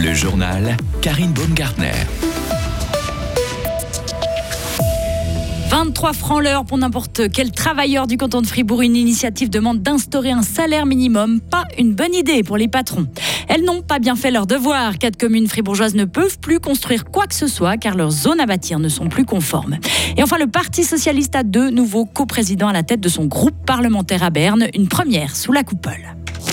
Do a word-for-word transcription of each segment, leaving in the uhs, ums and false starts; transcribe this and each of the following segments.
Le journal, Karine Baumgartner. vingt-trois francs l'heure pour n'importe quel travailleur du canton de Fribourg. Une initiative demande d'instaurer un salaire minimum. Pas une bonne idée pour les patrons. Elles n'ont pas bien fait leur devoir. Quatre communes fribourgeoises ne peuvent plus construire quoi que ce soit car leurs zones à bâtir ne sont plus conformes. Et enfin, le Parti socialiste a deux nouveaux coprésidents à la tête de son groupe parlementaire à Berne. Une première sous la coupole.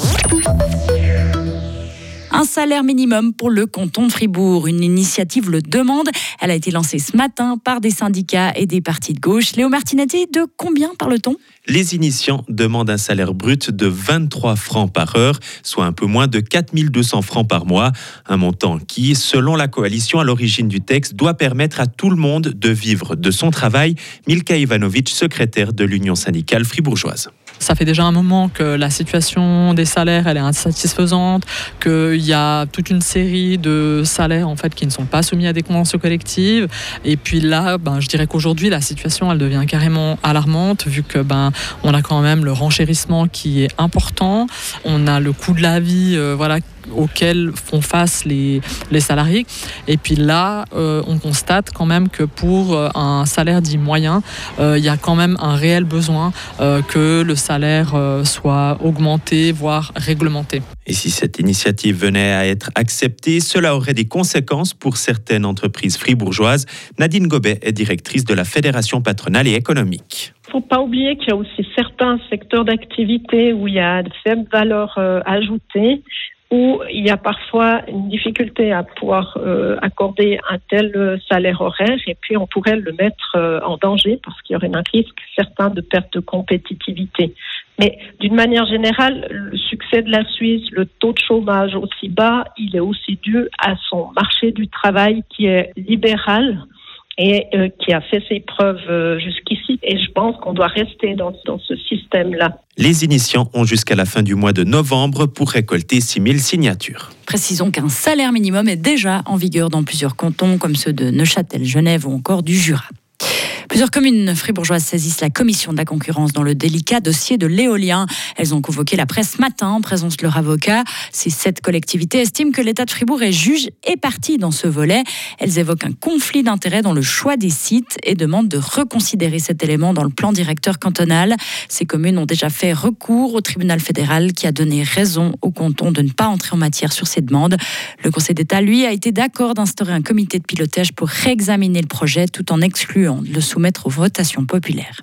Un salaire minimum pour le canton de Fribourg. Une initiative le demande. Elle a été lancée ce matin par des syndicats et des partis de gauche. Léo Martinetti, de combien parle-t-on ? Les initiants demandent un salaire brut de vingt-trois francs par heure, soit un peu moins de quatre mille deux cents francs par mois. Un montant qui, selon la coalition à l'origine du texte, doit permettre à tout le monde de vivre de son travail. Milka Ivanovic, secrétaire de l'Union syndicale fribourgeoise. Ça fait déjà un moment que la situation des salaires elle est insatisfaisante, qu'il y a toute une série de salaires en fait qui ne sont pas soumis à des conventions collectives. Et puis là, ben, je dirais qu'aujourd'hui la situation elle devient carrément alarmante vu que ben on a quand même le renchérissement qui est important, on a le coût de la vie, euh, voilà. auxquels font face les, les salariés. Et puis là, euh, on constate quand même que pour un salaire dit moyen, euh, il y a quand même un réel besoin euh, que le salaire euh, soit augmenté, voire réglementé. Et si cette initiative venait à être acceptée, cela aurait des conséquences pour certaines entreprises fribourgeoises. Nadine Gobet est directrice de la Fédération patronale et économique. Il ne faut pas oublier qu'il y a aussi certains secteurs d'activité où il y a de faibles valeurs euh, ajoutées, où il y a parfois une difficulté à pouvoir euh, accorder un tel salaire horaire et puis on pourrait le mettre euh, en danger parce qu'il y aurait un risque certain de perte de compétitivité. Mais d'une manière générale, le succès de la Suisse, le taux de chômage aussi bas, il est aussi dû à son marché du travail qui est libéral et euh, qui a fait ses preuves euh, jusqu'ici. Et je pense qu'on doit rester dans, dans ce système-là. Les initiants ont jusqu'à la fin du mois de novembre pour récolter six mille signatures. Précisons qu'un salaire minimum est déjà en vigueur dans plusieurs cantons, comme ceux de Neuchâtel, Genève ou encore du Jura. Plusieurs communes fribourgeoises saisissent la commission de la concurrence dans le délicat dossier de l'éolien. Elles ont convoqué la presse ce matin en présence de leur avocat. Ces sept collectivités estiment que l'État de Fribourg est juge et partie dans ce volet. Elles évoquent un conflit d'intérêts dans le choix des sites et demandent de reconsidérer cet élément dans le plan directeur cantonal. Ces communes ont déjà fait recours au tribunal fédéral qui a donné raison au canton de ne pas entrer en matière sur ces demandes. Le Conseil d'État, lui, a été d'accord d'instaurer un comité de pilotage pour réexaminer le projet tout en excluant le soumettre aux votations populaires.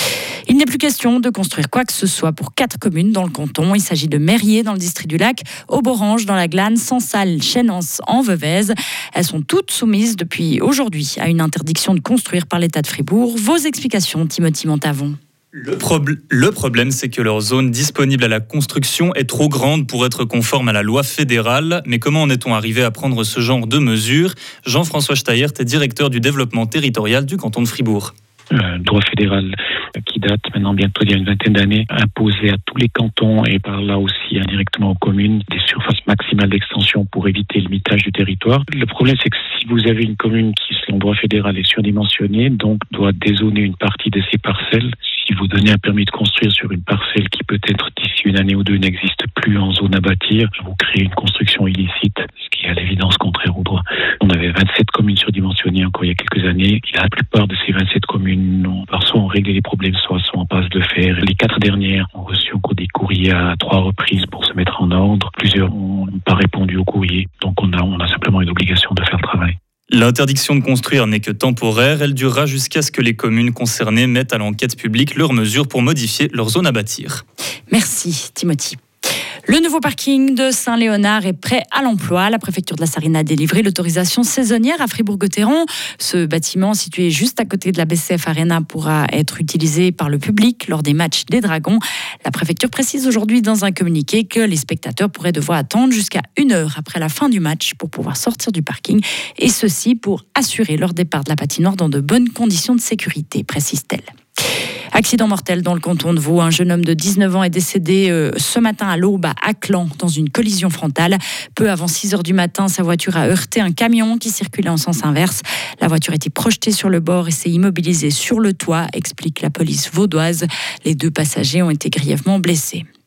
Il n'est plus question de construire quoi que ce soit pour quatre communes dans le canton. Il s'agit de Mérier dans le district du Lac, Auborange dans la Glane, Sansal, Chénance en Veuvez. Elles sont toutes soumises depuis aujourd'hui à une interdiction de construire par l'État de Fribourg. Vos explications, Timothy Montavon. Le, prob- le problème, c'est que leur zone disponible à la construction est trop grande pour être conforme à la loi fédérale. Mais comment en est-on arrivé à prendre ce genre de mesures ? Jean-François Steyert est directeur du développement territorial du canton de Fribourg. Un droit fédéral qui date maintenant bientôt d'il y a une vingtaine d'années, imposé à tous les cantons et par là aussi indirectement aux communes des surfaces maximales d'extension pour éviter le mitage du territoire. Le problème, c'est que si vous avez une commune qui, selon le droit fédéral, est surdimensionnée, donc doit dézoner une partie de ses parcelles, si vous donnez un permis de construire sur une parcelle qui peut-être d'ici une année ou deux n'existe plus en zone à bâtir, vous créez une construction illicite, ce qui est à l'évidence contraire au droit. On avait vingt-sept communes surdimensionnées encore il y a quelques années. La plupart de ces vingt-sept communes ont, soit ont réglé les problèmes, soit sont en passe de faire. Les quatre dernières ont reçu encore des courriers à trois reprises pour se mettre en ordre. Plusieurs n'ont pas répondu aux courriers. Donc on a, on a simplement une obligation de faire le travail. L'interdiction de construire n'est que temporaire. Elle durera jusqu'à ce que les communes concernées mettent à l'enquête publique leurs mesures pour modifier leur zone à bâtir. Merci, Timothy. Le nouveau parking de Saint-Léonard est prêt à l'emploi. La préfecture de la Sarine a délivré l'autorisation saisonnière à Fribourg-Gotteron. Ce bâtiment, situé juste à côté de la B C F Arena, pourra être utilisé par le public lors des matchs des Dragons. La préfecture précise aujourd'hui dans un communiqué que les spectateurs pourraient devoir attendre jusqu'à une heure après la fin du match pour pouvoir sortir du parking. Et ceci pour assurer leur départ de la patinoire dans de bonnes conditions de sécurité, précise-t-elle. Accident mortel dans le canton de Vaud. Un jeune homme de dix-neuf ans est décédé euh, ce matin à l'aube à Aclan dans une collision frontale. Peu avant six heures du matin, sa voiture a heurté un camion qui circulait en sens inverse. La voiture a été projetée sur le bord et s'est immobilisée sur le toit, explique la police vaudoise. Les deux passagers ont été grièvement blessés.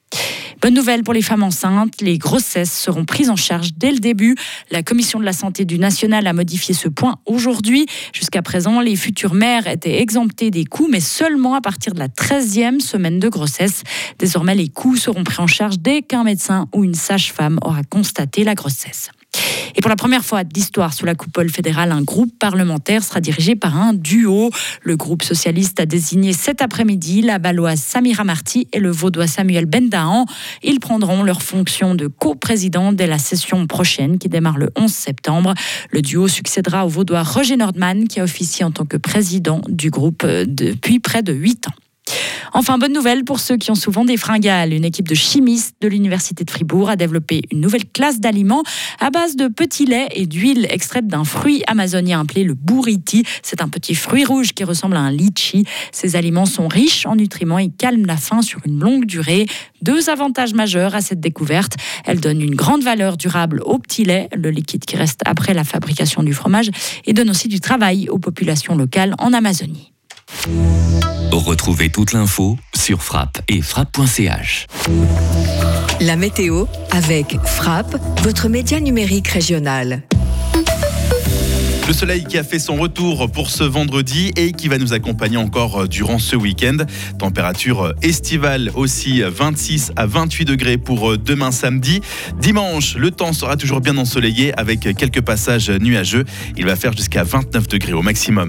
Bonne nouvelle pour les femmes enceintes, les grossesses seront prises en charge dès le début. La Commission de la santé du national a modifié ce point aujourd'hui. Jusqu'à présent, les futures mères étaient exemptées des coûts, mais seulement à partir de la treizième semaine de grossesse. Désormais, les coûts seront pris en charge dès qu'un médecin ou une sage-femme aura constaté la grossesse. Et pour la première fois de l'histoire sous la coupole fédérale, un groupe parlementaire sera dirigé par un duo. Le groupe socialiste a désigné cet après-midi la Baloise Samira Marty et le Vaudois Samuel Bendahan. Ils prendront leur fonction de coprésident dès la session prochaine qui démarre le onze septembre. Le duo succédera au Vaudois Roger Nordman qui a officié en tant que président du groupe depuis près de huit ans. Enfin, bonne nouvelle pour ceux qui ont souvent des fringales. Une équipe de chimistes de l'Université de Fribourg a développé une nouvelle classe d'aliments à base de petits laits et d'huile extraite d'un fruit amazonien appelé le buriti. C'est un petit fruit rouge qui ressemble à un litchi. Ces aliments sont riches en nutriments et calment la faim sur une longue durée. Deux avantages majeurs à cette découverte. Elle donne une grande valeur durable au petit lait, le liquide qui reste après la fabrication du fromage, et donne aussi du travail aux populations locales en Amazonie. Retrouvez toute l'info sur frappe et frappe point c h. La météo avec Frappe, votre média numérique régional. Le soleil qui a fait son retour pour ce vendredi et qui va nous accompagner encore durant ce week-end. Température estivale aussi, vingt-six à vingt-huit degrés pour demain samedi. Dimanche, le temps sera toujours bien ensoleillé avec quelques passages nuageux. Il va faire jusqu'à vingt-neuf degrés au maximum.